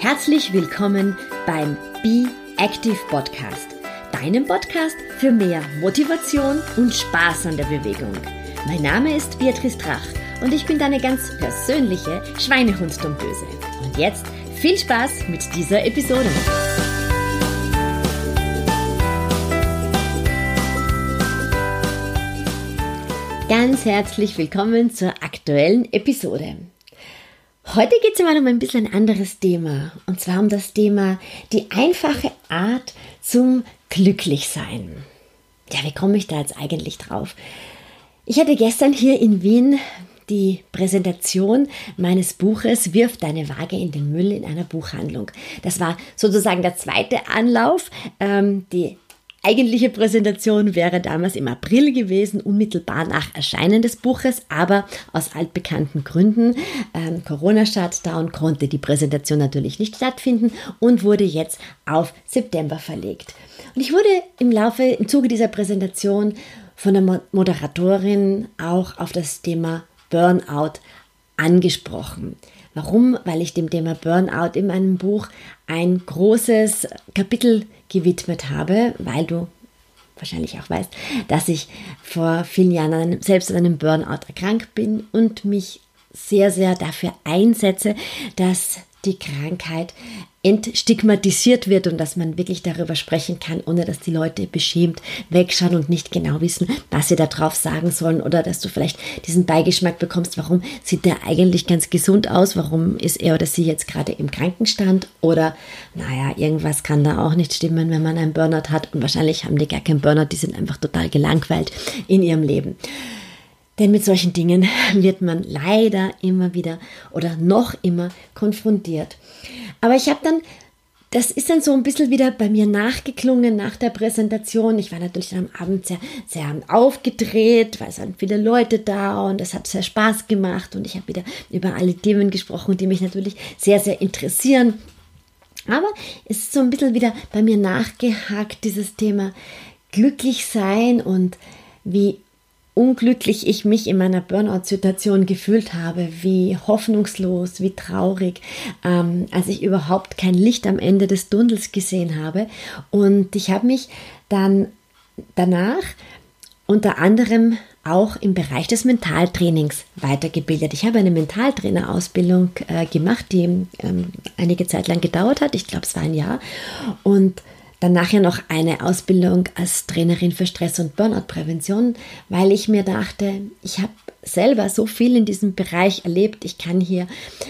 Herzlich willkommen beim Be Active Podcast, deinem Podcast für mehr Motivation und Spaß an der Bewegung. Mein Name ist Beatrice Drach und ich bin deine ganz persönliche Schweinehund-Dompöse. Und jetzt viel Spaß mit dieser Episode. Ganz herzlich willkommen zur aktuellen Episode. Heute geht es mal um ein bisschen ein anderes Thema, und zwar um das Thema die einfache Art zum Glücklichsein. Ja, wie komme ich da jetzt eigentlich drauf? Ich hatte gestern hier in Wien die Präsentation meines Buches Wirf deine Waage in den Müll in einer Buchhandlung. Das war sozusagen der zweite Anlauf. Die eigentliche Präsentation wäre damals im April gewesen, unmittelbar nach Erscheinen des Buches, aber aus altbekannten Gründen, Corona-Shutdown, konnte die Präsentation natürlich nicht stattfinden und wurde jetzt auf September verlegt. Und ich wurde im Zuge dieser Präsentation von der Moderatorin auch auf das Thema Burnout angesprochen. Warum? Weil ich dem Thema Burnout in meinem Buch ein großes Kapitel gewidmet habe, weil du wahrscheinlich auch weißt, dass ich vor vielen Jahren selbst an einem Burnout erkrankt bin und mich sehr, sehr dafür einsetze, dass die Krankheit entstigmatisiert wird und dass man wirklich darüber sprechen kann, ohne dass die Leute beschämt wegschauen und nicht genau wissen, was sie da drauf sagen sollen, oder dass du vielleicht diesen Beigeschmack bekommst, warum sieht der eigentlich ganz gesund aus, warum ist er oder sie jetzt gerade im Krankenstand, oder naja, irgendwas kann da auch nicht stimmen, wenn man einen Burnout hat, und wahrscheinlich haben die gar keinen Burnout, die sind einfach total gelangweilt in ihrem Leben. Denn mit solchen Dingen wird man leider immer wieder oder noch immer konfrontiert. Aber ich habe dann, das ist dann so ein bisschen wieder bei mir nachgeklungen nach der Präsentation. Ich war natürlich dann am Abend sehr, sehr aufgedreht, weil es waren viele Leute da und es hat sehr Spaß gemacht. Und ich habe wieder über alle Themen gesprochen, die mich natürlich sehr, sehr interessieren. Aber es ist so ein bisschen wieder bei mir nachgehakt, dieses Thema glücklich sein und wie unglücklich ich mich in meiner Burnout-Situation gefühlt habe, wie hoffnungslos, wie traurig, als ich überhaupt kein Licht am Ende des Tunnels gesehen habe. Und ich habe mich dann danach unter anderem auch im Bereich des Mentaltrainings weitergebildet. Ich habe eine Mentaltrainerausbildung gemacht, die einige Zeit lang gedauert hat. Ich glaube, es war ein Jahr. Und dann nachher noch eine Ausbildung als Trainerin für Stress- und Burnout-Prävention, weil ich mir dachte, ich habe selber so viel in diesem Bereich erlebt, ich kann hier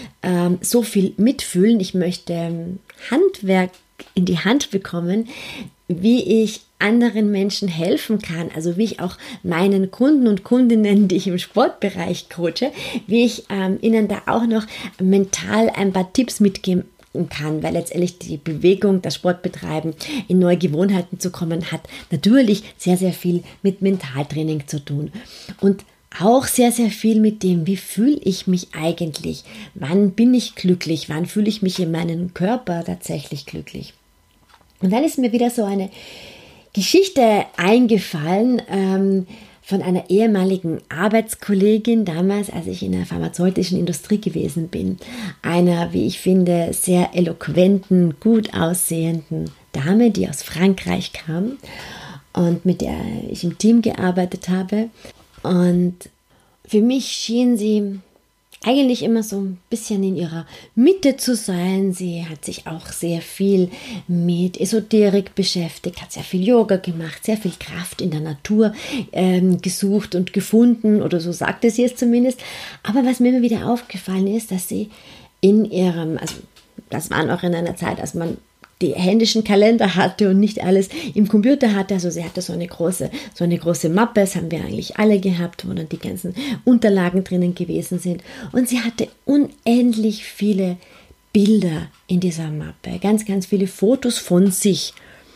so viel mitfühlen, ich möchte Handwerk in die Hand bekommen, wie ich anderen Menschen helfen kann, also wie ich auch meinen Kunden und Kundinnen, die ich im Sportbereich coache, wie ich ihnen da auch noch mental ein paar Tipps mitgeben kann, weil letztendlich die Bewegung, das Sportbetreiben, in neue Gewohnheiten zu kommen, hat natürlich sehr, sehr viel mit Mentaltraining zu tun. Und auch sehr, sehr viel mit dem, wie fühle ich mich eigentlich? Wann bin ich glücklich? Wann fühle ich mich in meinem Körper tatsächlich glücklich? Und dann ist mir wieder so eine Geschichte eingefallen, von einer ehemaligen Arbeitskollegin damals, als ich in der pharmazeutischen Industrie gewesen bin. Einer, wie ich finde, sehr eloquenten, gut aussehenden Dame, die aus Frankreich kam und mit der ich im Team gearbeitet habe. Und für mich schien sie eigentlich immer so ein bisschen in ihrer Mitte zu sein. Sie hat sich auch sehr viel mit Esoterik beschäftigt, hat sehr viel Yoga gemacht, sehr viel Kraft in der Natur gesucht und gefunden, oder so sagte sie es zumindest. Aber was mir immer wieder aufgefallen ist, dass sie in ihrem, also das war auch in einer Zeit, als man die händischen Kalender hatte und nicht alles im Computer hatte. Also sie hatte so eine große Mappe, das haben wir eigentlich alle gehabt, wo dann die ganzen Unterlagen drinnen gewesen sind. Und sie hatte unendlich viele Bilder in dieser Mappe, ganz, ganz viele Fotos von sich.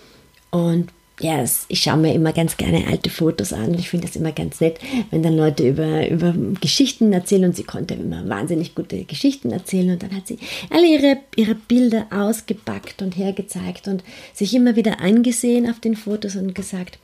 Und ja, ich schaue mir immer ganz gerne alte Fotos an und ich finde das immer ganz nett, wenn dann Leute über Geschichten erzählen, und sie konnte immer wahnsinnig gute Geschichten erzählen, und dann hat sie alle ihre Bilder ausgepackt und hergezeigt und sich immer wieder angesehen auf den Fotos und gesagt,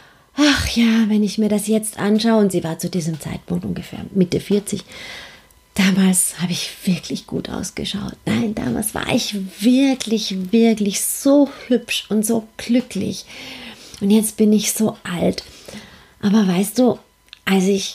ach ja, wenn ich mir das jetzt anschaue, und sie war zu diesem Zeitpunkt ungefähr Mitte 40, damals habe ich wirklich gut ausgeschaut. Nein, damals war ich wirklich, wirklich so hübsch und so glücklich. Und jetzt bin ich so alt. Aber weißt du, als ich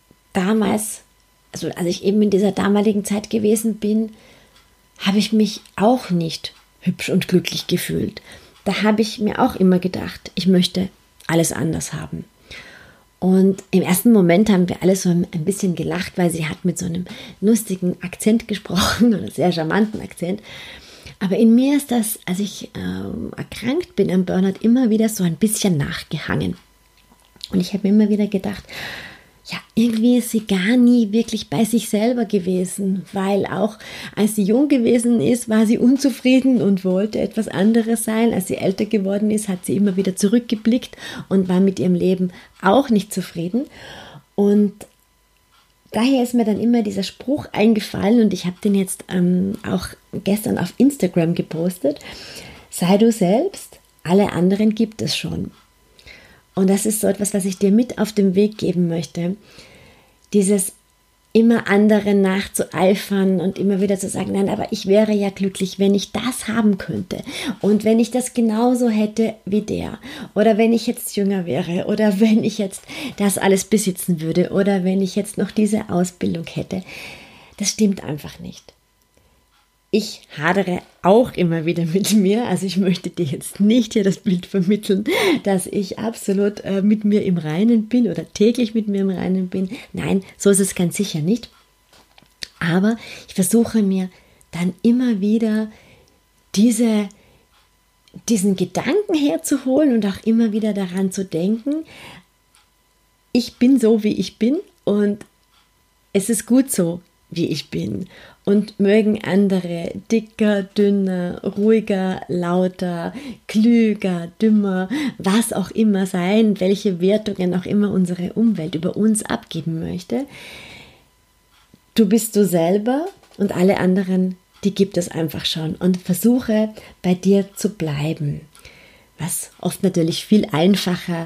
eben in dieser damaligen Zeit gewesen bin, habe ich mich auch nicht hübsch und glücklich gefühlt. Da habe ich mir auch immer gedacht, ich möchte alles anders haben. Und im ersten Moment haben wir alle so ein bisschen gelacht, weil sie hat mit so einem lustigen Akzent gesprochen oder sehr charmanten Akzent. Aber in mir ist das, als ich erkrankt bin am Burnout, immer wieder so ein bisschen nachgehangen. Und ich habe mir immer wieder gedacht, ja, irgendwie ist sie gar nie wirklich bei sich selber gewesen, weil auch als sie jung gewesen ist, war sie unzufrieden und wollte etwas anderes sein. Als sie älter geworden ist, hat sie immer wieder zurückgeblickt und war mit ihrem Leben auch nicht zufrieden. Und daher ist mir dann immer dieser Spruch eingefallen und ich habe den jetzt auch gestern auf Instagram gepostet. Sei du selbst, alle anderen gibt es schon. Und das ist so etwas, was ich dir mit auf den Weg geben möchte. Dieses immer anderen nachzueifern und immer wieder zu sagen, nein, aber ich wäre ja glücklich, wenn ich das haben könnte. Und wenn ich das genauso hätte wie der. Oder wenn ich jetzt jünger wäre. Oder wenn ich jetzt das alles besitzen würde. Oder wenn ich jetzt noch diese Ausbildung hätte. Das stimmt einfach nicht. Ich hadere auch immer wieder mit mir, also ich möchte dir jetzt nicht hier das Bild vermitteln, dass ich absolut mit mir im Reinen bin oder täglich mit mir im Reinen bin. Nein, so ist es ganz sicher nicht. Aber ich versuche mir dann immer wieder diesen Gedanken herzuholen und auch immer wieder daran zu denken, ich bin so, wie ich bin und es ist gut so, wie ich bin. Und mögen andere dicker, dünner, ruhiger, lauter, klüger, dümmer, was auch immer sein, welche Wertungen auch immer unsere Umwelt über uns abgeben möchte. Du bist du selber und alle anderen, die gibt es einfach schon. Und versuche bei dir zu bleiben. Was oft natürlich viel einfacher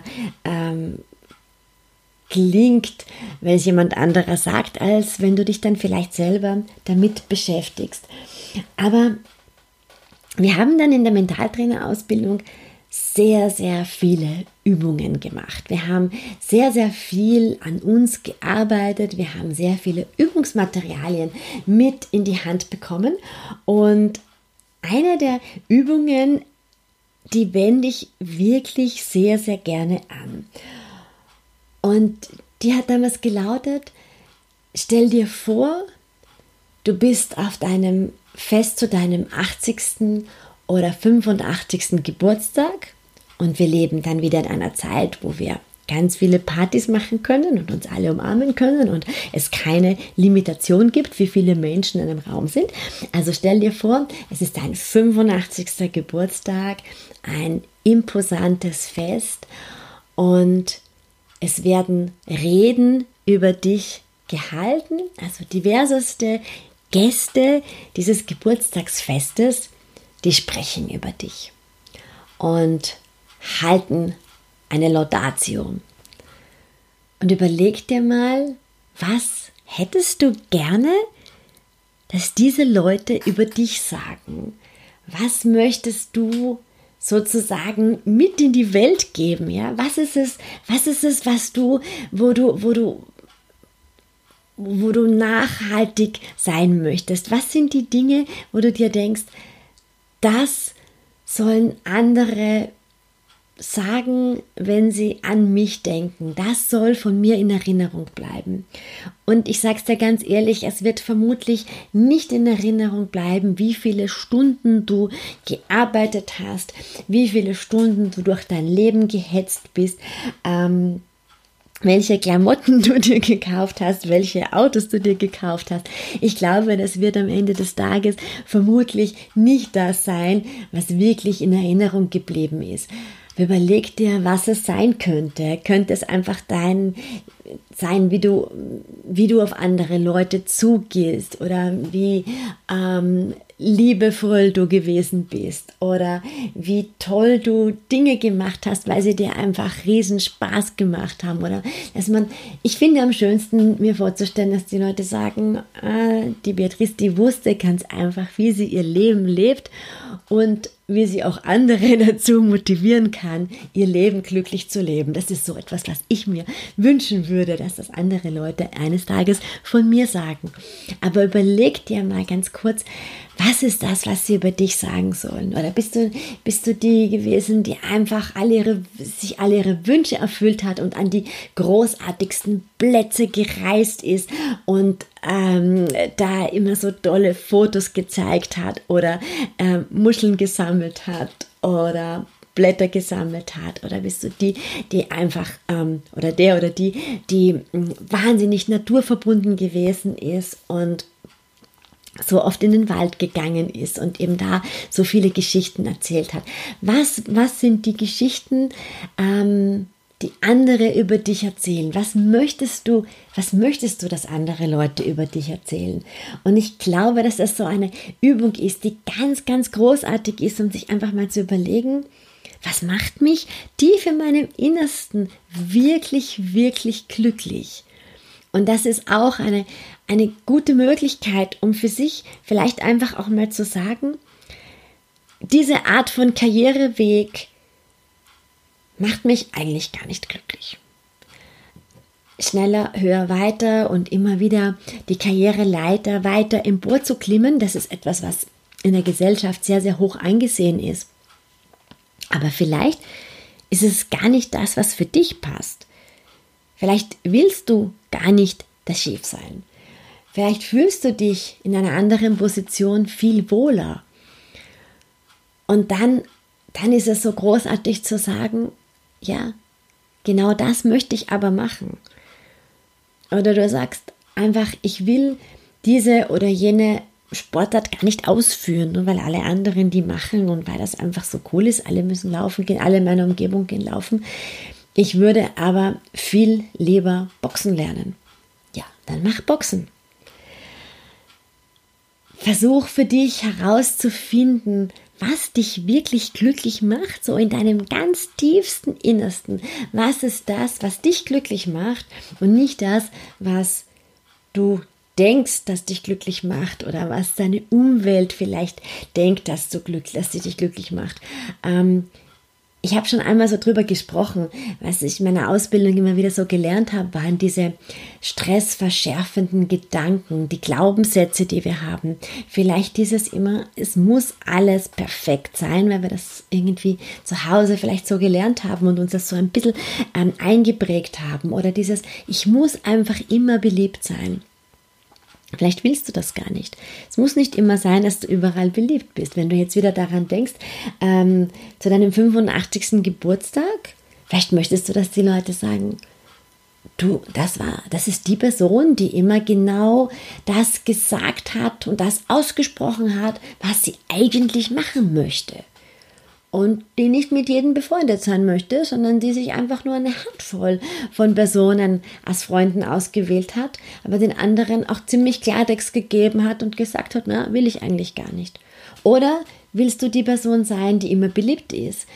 klingt, wenn es jemand anderer sagt, als wenn du dich dann vielleicht selber damit beschäftigst. Aber wir haben dann in der Mentaltrainerausbildung sehr, sehr viele Übungen gemacht. Wir haben sehr, sehr viel an uns gearbeitet. Wir haben sehr viele Übungsmaterialien mit in die Hand bekommen. Und eine der Übungen, die wende ich wirklich sehr, sehr gerne an. Und die hat damals gelautet, stell dir vor, du bist auf deinem Fest zu deinem 80. oder 85. Geburtstag und wir leben dann wieder in einer Zeit, wo wir ganz viele Partys machen können und uns alle umarmen können und es keine Limitation gibt, wie viele Menschen in einem Raum sind. Also stell dir vor, es ist dein 85. Geburtstag, ein imposantes Fest und es werden Reden über dich gehalten, also diverseste Gäste dieses Geburtstagsfestes, die sprechen über dich und halten eine Laudatio. Und überleg dir mal, was hättest du gerne, dass diese Leute über dich sagen? Was möchtest du sozusagen mit in die Welt geben, ja? Was ist es, wo du nachhaltig sein möchtest? Was sind die Dinge, wo du dir denkst, das sollen andere sagen, wenn sie an mich denken. Das soll von mir in Erinnerung bleiben. Und ich sage es dir ganz ehrlich, es wird vermutlich nicht in Erinnerung bleiben, wie viele Stunden du gearbeitet hast, wie viele Stunden du durch dein Leben gehetzt bist, welche Klamotten du dir gekauft hast, welche Autos du dir gekauft hast. Ich glaube, das wird am Ende des Tages vermutlich nicht das sein, was wirklich in Erinnerung geblieben ist. Überleg dir, was es sein könnte. Könnte es einfach sein, wie du auf andere Leute zugehst oder wie liebevoll du gewesen bist oder wie toll du Dinge gemacht hast, weil sie dir einfach riesen Spaß gemacht haben oder ich finde am schönsten mir vorzustellen, dass die Leute sagen, die Beatrice, die wusste ganz einfach, wie sie ihr Leben lebt und wie sie auch andere dazu motivieren kann, ihr Leben glücklich zu leben. Das ist so etwas, was ich mir wünschen würde, dass das andere Leute eines Tages von mir sagen. Aber überleg dir mal ganz kurz, was ist das, was sie über dich sagen sollen? Oder bist du die gewesen, die einfach sich alle ihre Wünsche erfüllt hat und an die großartigsten Plätze gereist ist und da immer so tolle Fotos gezeigt hat oder Muscheln gesammelt hat oder Blätter gesammelt hat? Oder bist du die einfach oder der oder die wahnsinnig naturverbunden gewesen ist und so oft in den Wald gegangen ist und eben da so viele Geschichten erzählt hat? Was sind die Geschichten, die andere über dich erzählen? Was möchtest du, dass andere Leute über dich erzählen? Und ich glaube, dass das so eine Übung ist, die ganz, ganz großartig ist, um sich einfach mal zu überlegen, was macht mich tief in meinem Innersten wirklich, wirklich glücklich? Und das ist auch eine gute Möglichkeit, um für sich vielleicht einfach auch mal zu sagen, diese Art von Karriereweg macht mich eigentlich gar nicht glücklich. Schneller, höher, weiter und immer wieder die Karriereleiter weiter emporzuklimmen, das ist etwas, was in der Gesellschaft sehr, sehr hoch angesehen ist. Aber vielleicht ist es gar nicht das, was für dich passt. Vielleicht willst du gar nicht das Chef sein. Vielleicht fühlst du dich in einer anderen Position viel wohler. Und dann ist es so großartig zu sagen, ja, genau das möchte ich aber machen. Oder du sagst einfach, ich will diese oder jene Sportart gar nicht ausführen, nur weil alle anderen die machen und weil das einfach so cool ist. Alle müssen laufen gehen, alle in meiner Umgebung gehen laufen. Ich würde aber viel lieber Boxen lernen. Ja, dann mach Boxen. Versuch für dich herauszufinden, was dich wirklich glücklich macht, so in deinem ganz tiefsten Innersten. Was ist das, was dich glücklich macht und nicht das, was du denkst, dass dich glücklich macht oder was deine Umwelt vielleicht denkt, dass sie dich glücklich macht. Ich habe schon einmal so drüber gesprochen, was ich in meiner Ausbildung immer wieder so gelernt habe, waren diese stressverschärfenden Gedanken, die Glaubenssätze, die wir haben. Vielleicht dieses immer, es muss alles perfekt sein, weil wir das irgendwie zu Hause vielleicht so gelernt haben und uns das so ein bisschen eingeprägt haben. Oder dieses, ich muss einfach immer beliebt sein. Vielleicht willst du das gar nicht. Es muss nicht immer sein, dass du überall beliebt bist. Wenn du jetzt wieder daran denkst, zu deinem 85. Geburtstag, vielleicht möchtest du, dass die Leute sagen, du, das ist die Person, die immer genau das gesagt hat und das ausgesprochen hat, was sie eigentlich machen möchte. Und die nicht mit jedem befreundet sein möchte, sondern die sich einfach nur eine Handvoll von Personen als Freunden ausgewählt hat, aber den anderen auch ziemlich Klartext gegeben hat und gesagt hat, na, will ich eigentlich gar nicht. Oder willst du die Person sein, die immer beliebt ist?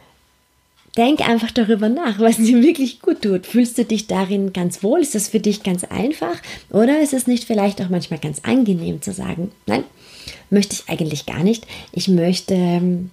Denk einfach darüber nach, was dir wirklich gut tut. Fühlst du dich darin ganz wohl? Ist das für dich ganz einfach? Oder ist es nicht vielleicht auch manchmal ganz angenehm zu sagen, nein, möchte ich eigentlich gar nicht. Ich möchte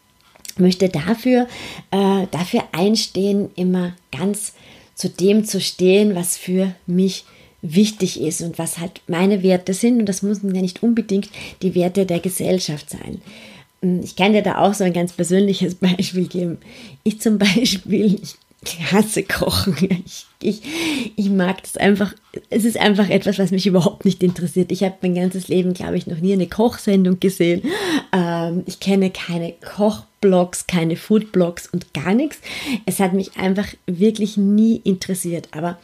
dafür einstehen, immer ganz zu dem zu stehen, was für mich wichtig ist und was halt meine Werte sind. Und das müssen ja nicht unbedingt die Werte der Gesellschaft sein. Ich kann dir da auch so ein ganz persönliches Beispiel geben. Ich zum Beispiel, ich hasse Kochen. Ich mag das einfach. Es ist einfach etwas, was mich überhaupt nicht interessiert. Ich habe mein ganzes Leben, glaube ich, noch nie eine Kochsendung gesehen. Ich kenne keine Kochblogs, keine Foodblogs und gar nichts. Es hat mich einfach wirklich nie interessiert. Aber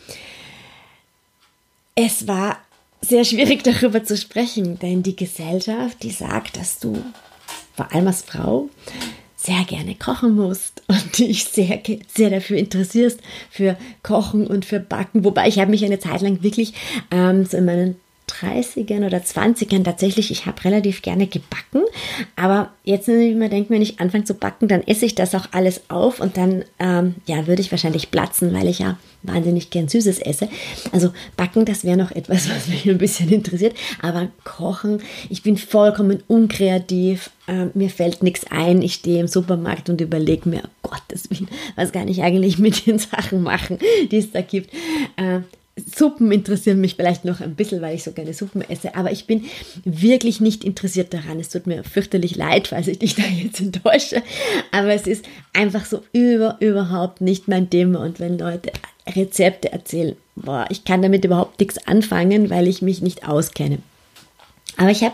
es war sehr schwierig, darüber zu sprechen, denn die Gesellschaft, die sagt, dass du vor allem als Frau sehr gerne kochen musst und dich sehr, sehr dafür interessierst, für Kochen und für Backen. Wobei ich habe mich eine Zeit lang wirklich so in meinen 30ern oder 20ern tatsächlich, ich habe relativ gerne gebacken, aber jetzt, wenn ich mir denke, wenn ich anfange zu backen, dann esse ich das auch alles auf und dann würde ich wahrscheinlich platzen, weil ich ja wahnsinnig gern Süßes esse. Also backen, das wäre noch etwas, was mich ein bisschen interessiert, aber kochen, ich bin vollkommen unkreativ, mir fällt nichts ein, ich stehe im Supermarkt und überlege mir, oh Gottes Willen, was kann ich eigentlich mit den Sachen machen, die es da gibt. Suppen interessieren mich vielleicht noch ein bisschen, weil ich so gerne Suppen esse, aber ich bin wirklich nicht interessiert daran. Es tut mir fürchterlich leid, falls ich dich da jetzt enttäusche, aber es ist einfach so überhaupt nicht mein Thema und wenn Leute Rezepte erzählen, ich kann damit überhaupt nichts anfangen, weil ich mich nicht auskenne. Aber ich habe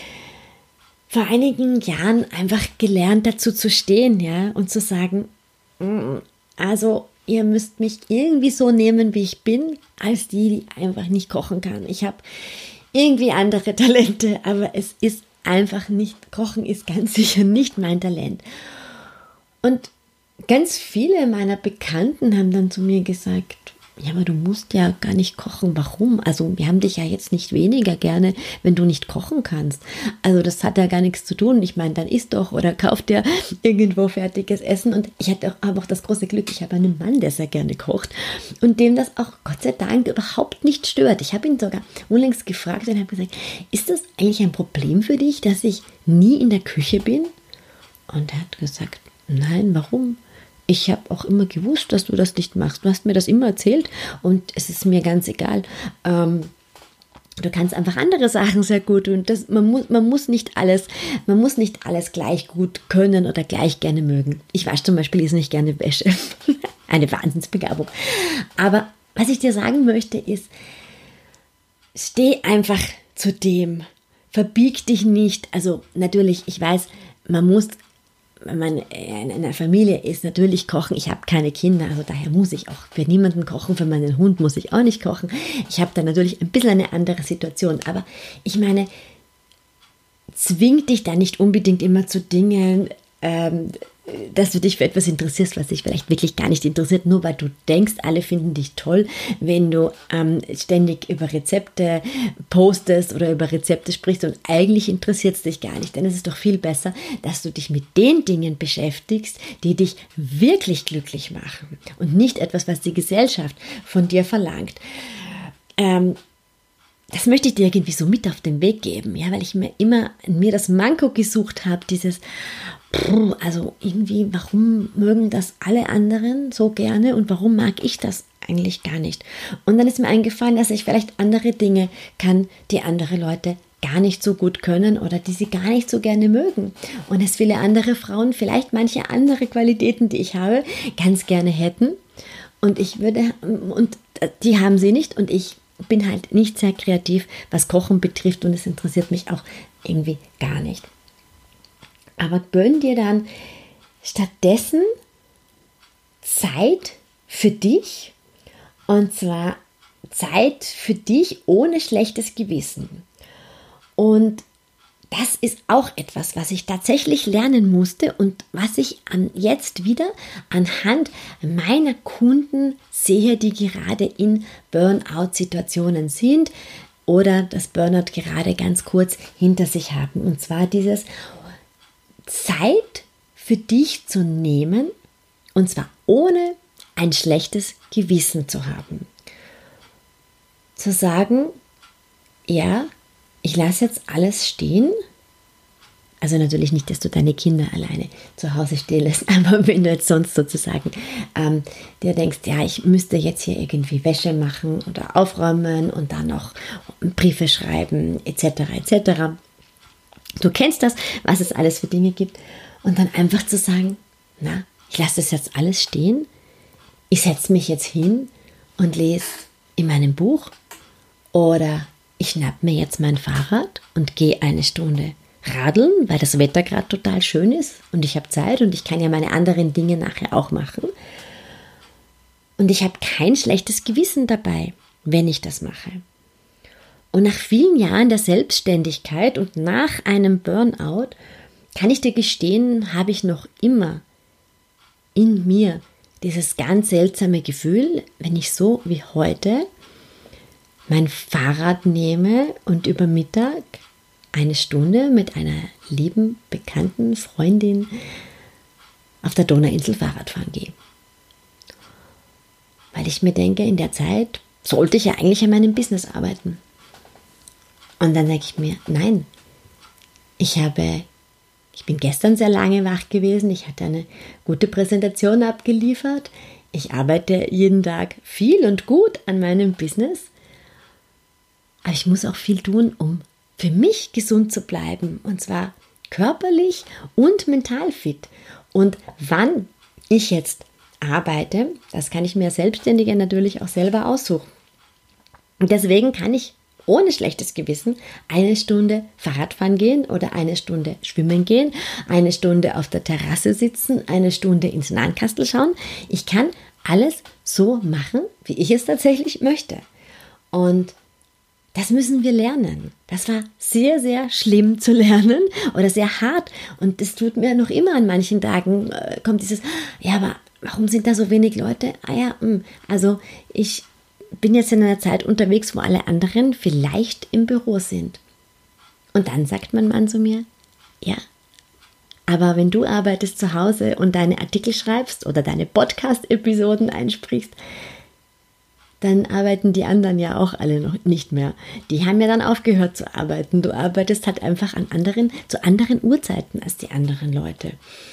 vor einigen Jahren einfach gelernt, dazu zu stehen, ja, und zu sagen, also ihr müsst mich irgendwie so nehmen, wie ich bin, als die einfach nicht kochen kann. Ich habe irgendwie andere Talente, aber es ist einfach nicht, Kochen ist ganz sicher nicht mein Talent. Und ganz viele meiner Bekannten haben dann zu mir gesagt, ja, aber du musst ja gar nicht kochen. Warum? Also wir haben dich ja jetzt nicht weniger gerne, wenn du nicht kochen kannst. Also das hat ja gar nichts zu tun. Ich meine, dann isst doch oder kauf dir irgendwo fertiges Essen. Und ich habe auch das große Glück, ich habe einen Mann, der sehr gerne kocht und dem das auch Gott sei Dank überhaupt nicht stört. Ich habe ihn sogar unlängst gefragt und habe gesagt, ist das eigentlich ein Problem für dich, dass ich nie in der Küche bin? Und er hat gesagt, nein, warum? Ich habe auch immer gewusst, dass du das nicht machst. Du hast mir das immer erzählt und es ist mir ganz egal. Du kannst einfach andere Sachen sehr gut und man muss nicht alles gleich gut können oder gleich gerne mögen. Ich wasche zum Beispiel jetzt nicht gerne Wäsche. Eine Wahnsinnsbegabung. Aber was ich dir sagen möchte ist, steh einfach zu dem. Verbieg dich nicht. Also natürlich, ich weiß, wenn man in einer Familie ist, natürlich kochen. Ich habe keine Kinder, also daher muss ich auch für niemanden kochen. Für meinen Hund muss ich auch nicht kochen. Ich habe da natürlich ein bisschen eine andere Situation. Aber ich meine, zwing dich da nicht unbedingt immer zu Dingen, dass du dich für etwas interessierst, was dich vielleicht wirklich gar nicht interessiert, nur weil du denkst, alle finden dich toll, wenn du ständig über Rezepte postest oder über Rezepte sprichst und eigentlich interessiert es dich gar nicht. Denn es ist doch viel besser, dass du dich mit den Dingen beschäftigst, die dich wirklich glücklich machen und nicht etwas, was die Gesellschaft von dir verlangt. Das möchte ich dir irgendwie so mit auf den Weg geben, ja, weil ich mir immer das Manko gesucht habe, also irgendwie, warum mögen das alle anderen so gerne und warum mag ich das eigentlich gar nicht? Und dann ist mir eingefallen, dass ich vielleicht andere Dinge kann, die andere Leute gar nicht so gut können oder die sie gar nicht so gerne mögen. Und dass viele andere Frauen vielleicht manche andere Qualitäten, die ich habe, ganz gerne hätten. Und die haben sie nicht und ich bin halt nicht sehr kreativ, was Kochen betrifft und es interessiert mich auch irgendwie gar nicht. Aber gönn dir dann stattdessen Zeit für dich und zwar Zeit für dich ohne schlechtes Gewissen. Und das ist auch etwas, was ich tatsächlich lernen musste und was ich jetzt wieder anhand meiner Kunden sehe, die gerade in Burnout-Situationen sind oder das Burnout gerade ganz kurz hinter sich haben. Und zwar dieses Zeit für dich zu nehmen und zwar ohne ein schlechtes Gewissen zu haben. Zu sagen, ja, ich lasse jetzt alles stehen. Also natürlich nicht, dass du deine Kinder alleine zu Hause stehen lässt, aber wenn du jetzt sonst sozusagen dir denkst, ja, ich müsste jetzt hier irgendwie Wäsche machen oder aufräumen und dann noch Briefe schreiben etc. etc. Du kennst das, was es alles für Dinge gibt und dann einfach zu sagen, na, ich lasse das jetzt alles stehen, ich setze mich jetzt hin und lese in meinem Buch oder ich schnapp mir jetzt mein Fahrrad und gehe eine Stunde radeln, weil das Wetter gerade total schön ist und ich habe Zeit und ich kann ja meine anderen Dinge nachher auch machen. Und ich habe kein schlechtes Gewissen dabei, wenn ich das mache. Und nach vielen Jahren der Selbstständigkeit und nach einem Burnout kann ich dir gestehen, habe ich noch immer in mir dieses ganz seltsame Gefühl, wenn ich so wie heute mein Fahrrad nehme und über Mittag eine Stunde mit einer lieben, bekannten Freundin auf der Donauinsel Fahrrad fahren gehe. Weil ich mir denke, in der Zeit sollte ich ja eigentlich an meinem Business arbeiten. Und dann denke ich mir, nein, ich bin gestern sehr lange wach gewesen, ich hatte eine gute Präsentation abgeliefert, ich arbeite jeden Tag viel und gut an meinem Business, aber ich muss auch viel tun, um für mich gesund zu bleiben, und zwar körperlich und mental fit. Und wann ich jetzt arbeite, das kann ich mir als Selbstständige natürlich auch selber aussuchen. Und deswegen kann ich ohne schlechtes Gewissen eine Stunde Fahrradfahren gehen oder eine Stunde schwimmen gehen, eine Stunde auf der Terrasse sitzen, eine Stunde ins Nahenkastel schauen. Ich kann alles so machen, wie ich es tatsächlich möchte. Und das müssen wir lernen. Das war sehr, sehr schlimm zu lernen oder sehr hart. Und das tut mir noch immer an manchen Tagen, kommt dieses, ja, aber warum sind da so wenig Leute? Also ich bin jetzt in einer Zeit unterwegs, wo alle anderen vielleicht im Büro sind. Und dann sagt mein Mann zu mir, ja, aber wenn du arbeitest zu Hause und deine Artikel schreibst oder deine Podcast-Episoden einsprichst, dann arbeiten die anderen ja auch alle noch nicht mehr. Die haben ja dann aufgehört zu arbeiten. Du arbeitest halt einfach zu anderen Uhrzeiten als die anderen Leute.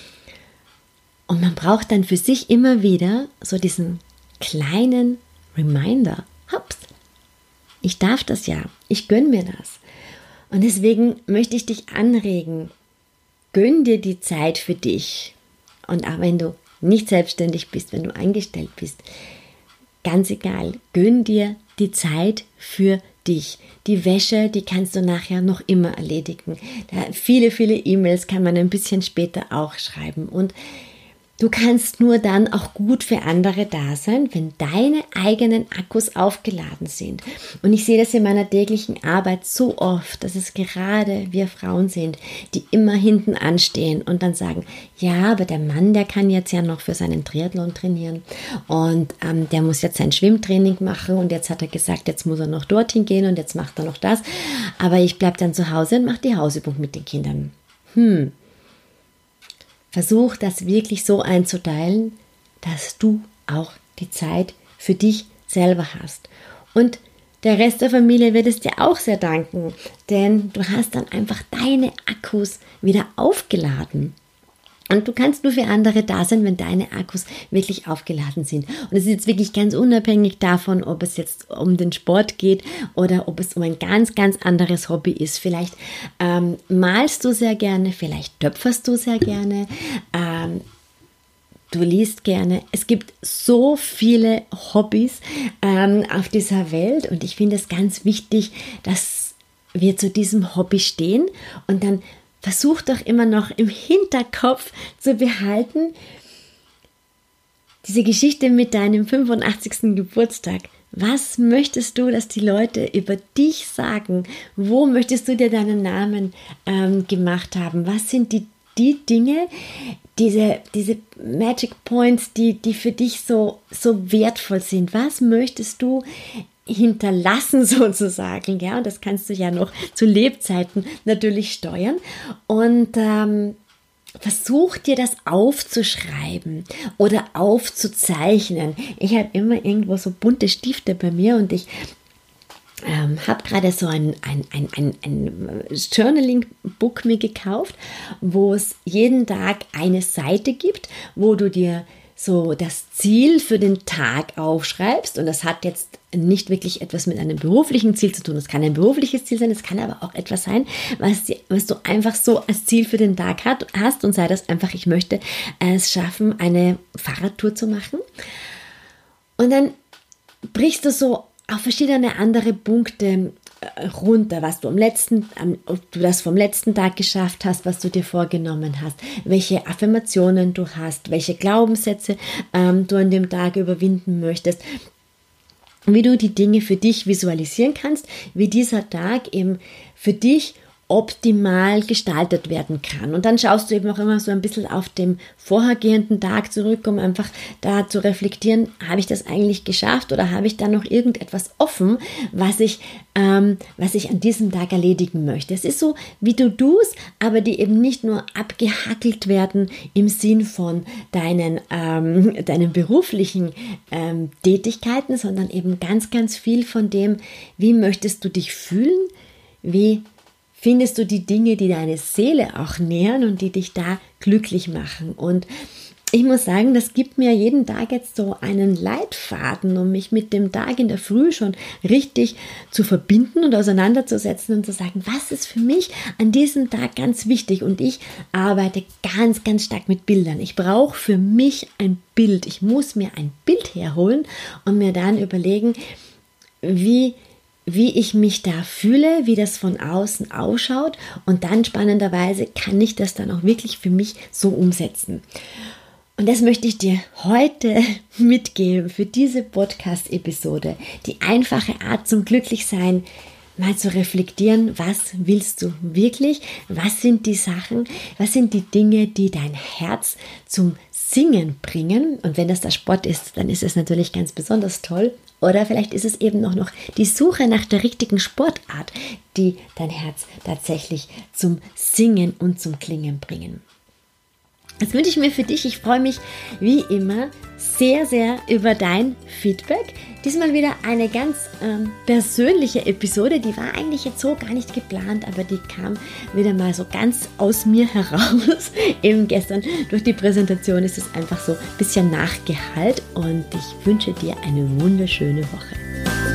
Und man braucht dann für sich immer wieder so diesen kleinen Reminder. Hops, ich darf das ja. Ich gönne mir das. Und deswegen möchte ich dich anregen, gönn dir die Zeit für dich. Und auch wenn du nicht selbstständig bist, wenn du angestellt bist, ganz egal, gönn dir die Zeit für dich. Die Wäsche, die kannst du nachher noch immer erledigen. Viele E-Mails kann man ein bisschen später auch schreiben. Und du kannst nur dann auch gut für andere da sein, wenn deine eigenen Akkus aufgeladen sind. Und ich sehe das in meiner täglichen Arbeit so oft, dass es gerade wir Frauen sind, die immer hinten anstehen und dann sagen, ja, aber der Mann, der kann jetzt ja noch für seinen Triathlon trainieren und der muss jetzt sein Schwimmtraining machen und jetzt hat er gesagt, jetzt muss er noch dorthin gehen und jetzt macht er noch das. Aber ich bleibe dann zu Hause und mache die Hausübung mit den Kindern. Versuch das wirklich so einzuteilen, dass du auch die Zeit für dich selber hast. Und der Rest der Familie wird es dir auch sehr danken, denn du hast dann einfach deine Akkus wieder aufgeladen. Und du kannst nur für andere da sein, wenn deine Akkus wirklich aufgeladen sind. Und es ist jetzt wirklich ganz unabhängig davon, ob es jetzt um den Sport geht oder ob es um ein ganz, ganz anderes Hobby ist. Vielleicht malst du sehr gerne, vielleicht töpferst du sehr gerne, du liest gerne. Es gibt so viele Hobbys auf dieser Welt und ich finde es ganz wichtig, dass wir zu diesem Hobby stehen und dann versuch doch immer noch im Hinterkopf zu behalten, diese Geschichte mit deinem 85. Geburtstag. Was möchtest du, dass die Leute über dich sagen? Wo möchtest du dir deinen Namen gemacht haben? Was sind die Dinge, diese Magic Points, die für dich so wertvoll sind? Was möchtest du hinterlassen sozusagen, ja, und das kannst du ja noch zu Lebzeiten natürlich steuern und versuch dir das aufzuschreiben oder aufzuzeichnen. Ich habe immer irgendwo so bunte Stifte bei mir und ich habe gerade so ein Journaling-Book mir gekauft, wo es jeden Tag eine Seite gibt, wo du dir so das Ziel für den Tag aufschreibst und das hat jetzt nicht wirklich etwas mit einem beruflichen Ziel zu tun. Es kann ein berufliches Ziel sein, es kann aber auch etwas sein, was du einfach so als Ziel für den Tag hast und sei das einfach, ich möchte es schaffen, eine Fahrradtour zu machen. Und dann brichst du so auf verschiedene andere Punkte runter, was du ob du das vom letzten Tag geschafft hast, was du dir vorgenommen hast, welche Affirmationen du hast, welche Glaubenssätze du an dem Tag überwinden möchtest, wie du die Dinge für dich visualisieren kannst, wie dieser Tag eben für dich optimal gestaltet werden kann. Und dann schaust du eben auch immer so ein bisschen auf den vorhergehenden Tag zurück, um einfach da zu reflektieren, habe ich das eigentlich geschafft oder habe ich da noch irgendetwas offen, was ich an diesem Tag erledigen möchte. Es ist so wie To-Dos, aber die eben nicht nur abgehackelt werden im Sinn von deinen beruflichen Tätigkeiten, sondern eben ganz, ganz viel von dem, wie möchtest du dich fühlen, wie findest du die Dinge, die deine Seele auch nähern und die dich da glücklich machen. Und ich muss sagen, das gibt mir jeden Tag jetzt so einen Leitfaden, um mich mit dem Tag in der Früh schon richtig zu verbinden und auseinanderzusetzen und zu sagen, was ist für mich an diesem Tag ganz wichtig. Und ich arbeite ganz, ganz stark mit Bildern. Ich brauche für mich ein Bild. Ich muss mir ein Bild herholen und mir dann überlegen, wie ich mich da fühle, wie das von außen ausschaut, und dann spannenderweise kann ich das dann auch wirklich für mich so umsetzen. Und das möchte ich dir heute mitgeben für diese Podcast-Episode, die einfache Art zum Glücklichsein, mal zu reflektieren, was willst du wirklich, was sind die Sachen, was sind die Dinge, die dein Herz zum Singen bringen, und wenn das der Sport ist, dann ist es natürlich ganz besonders toll. Oder vielleicht ist es eben noch die Suche nach der richtigen Sportart, die dein Herz tatsächlich zum Singen und zum Klingen bringen. Das wünsche ich mir für dich. Ich freue mich wie immer sehr, sehr über dein Feedback. Diesmal wieder eine ganz persönliche Episode. Die war eigentlich jetzt so gar nicht geplant, aber die kam wieder mal so ganz aus mir heraus. Eben gestern durch die Präsentation ist es einfach so ein bisschen nachgehallt, und ich wünsche dir eine wunderschöne Woche.